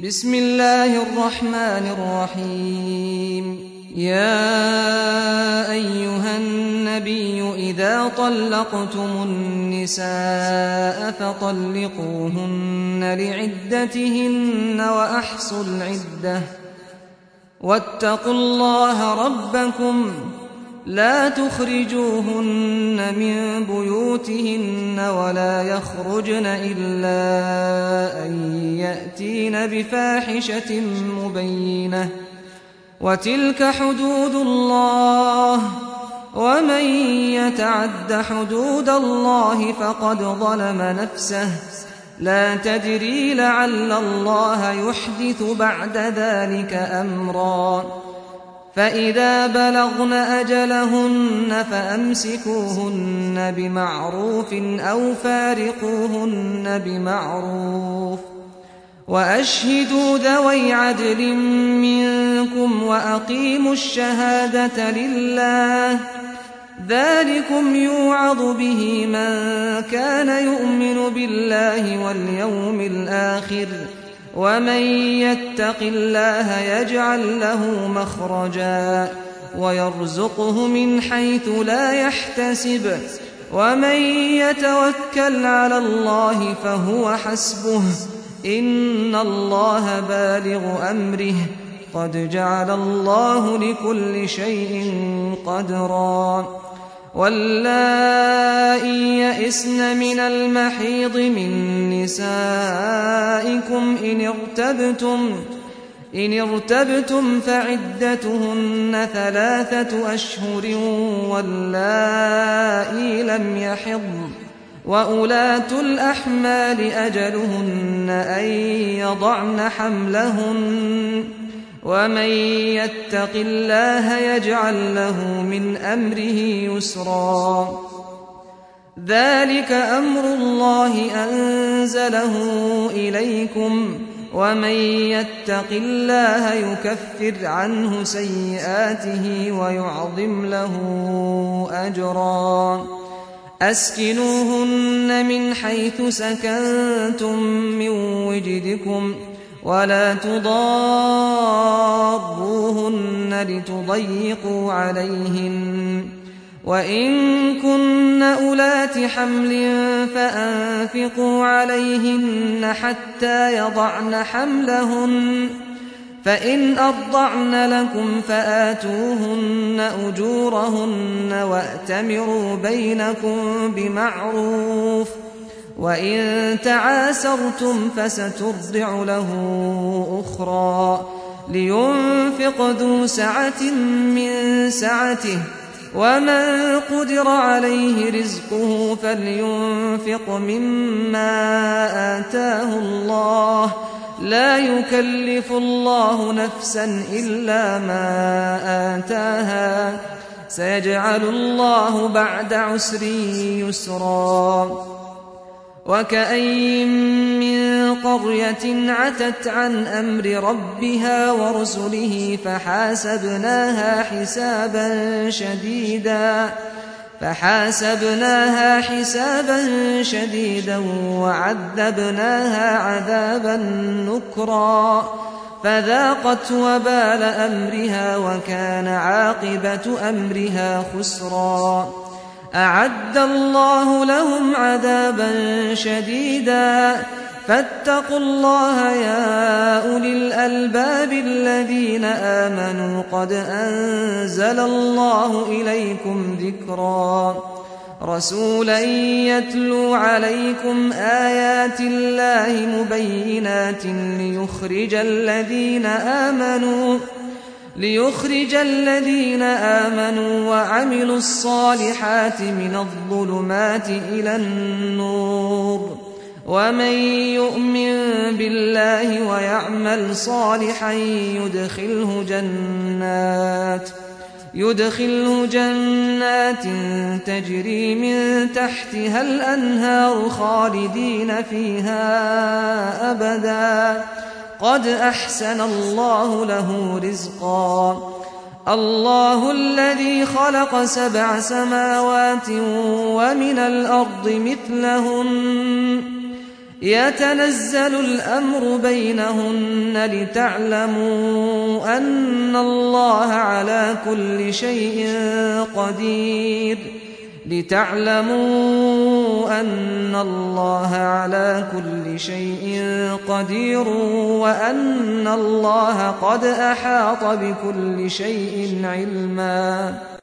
بسم الله الرحمن الرحيم. يا أيها النبي إذا طلقتم النساء فطلقوهن لعدتهن وأحصوا العدة واتقوا الله ربكم لا تخرجوهن من بيوتهن ولا يخرجن إلا أن يأتين بفاحشة مبينة وتلك حدود الله ومن يتعد حدود الله فقد ظلم نفسه لا تدري لعل الله يحدث بعد ذلك أمرا فإذا بلغن أجلهن فأمسكوهن بمعروف أو فارقوهن بمعروف وأشهدوا ذوي عدل منكم وأقيموا الشهادة لله ذلكم يوعظ به من كان يؤمن بالله واليوم الآخر ومن يتق الله يجعل له مخرجا ويرزقه من حيث لا يحتسب ومن يتوكل على الله فهو حسبه إن الله بالغ أمره قد جعل الله لكل شيء قدرا واللائي يئسن من المحيض من نسائكم إن ارتبتم فعدتهن 3 أشهر واللائي لم يحضن وأولاة الأحمال أجلهن أن يضعن حملهن ومن يتق الله يجعل له من أمره يسرا ذلك أمر الله أنزله إليكم ومن يتق الله يكفر عنه سيئاته ويعظم له أجرا أسكنوهن من حيث سكنتم من وجدكم ولا تضاروهن لتضيقوا عليهن وإن كن أولات حمل فأنفقوا عليهن حتى يضعن حملهن فإن أرضعن لكم فآتوهن أجورهن وأتمروا بينكم بمعروف وإن تعاسرتم فسترضع له أخرى لينفق ذو سعة من سعته ومن قدر عليه رزقه فلينفق مما آتاه الله لا يكلف الله نفسا إلا ما آتاها سيجعل الله بعد عسر يسرا وكأين من قرية عتت عن أمر ربها ورسله فحاسبناها حسابا شديدا وعذبناها عذابا نكرا فذاقت وبال أمرها وكان عاقبة أمرها خسرا أعد الله لهم عذابا شديدا فاتقوا الله يا أولي الألباب الذين آمنوا قد أنزل الله إليكم ذكرا رسولا يتلو عليكم آيات الله مبينات ليخرج الذين آمنوا وعملوا الصالحات من الظلمات إلى النور ومن يؤمن بالله ويعمل صالحا يدخله جنات تجري من تحتها الأنهار خالدين فيها أبدا قد أحسن الله له رزقا الله الذي خلق 7 سماوات ومن الأرض مثلهن يتنزل الأمر بينهن لتعلموا أن الله على كل شيء قدير وأن الله قد أحاط بكل شيء علما.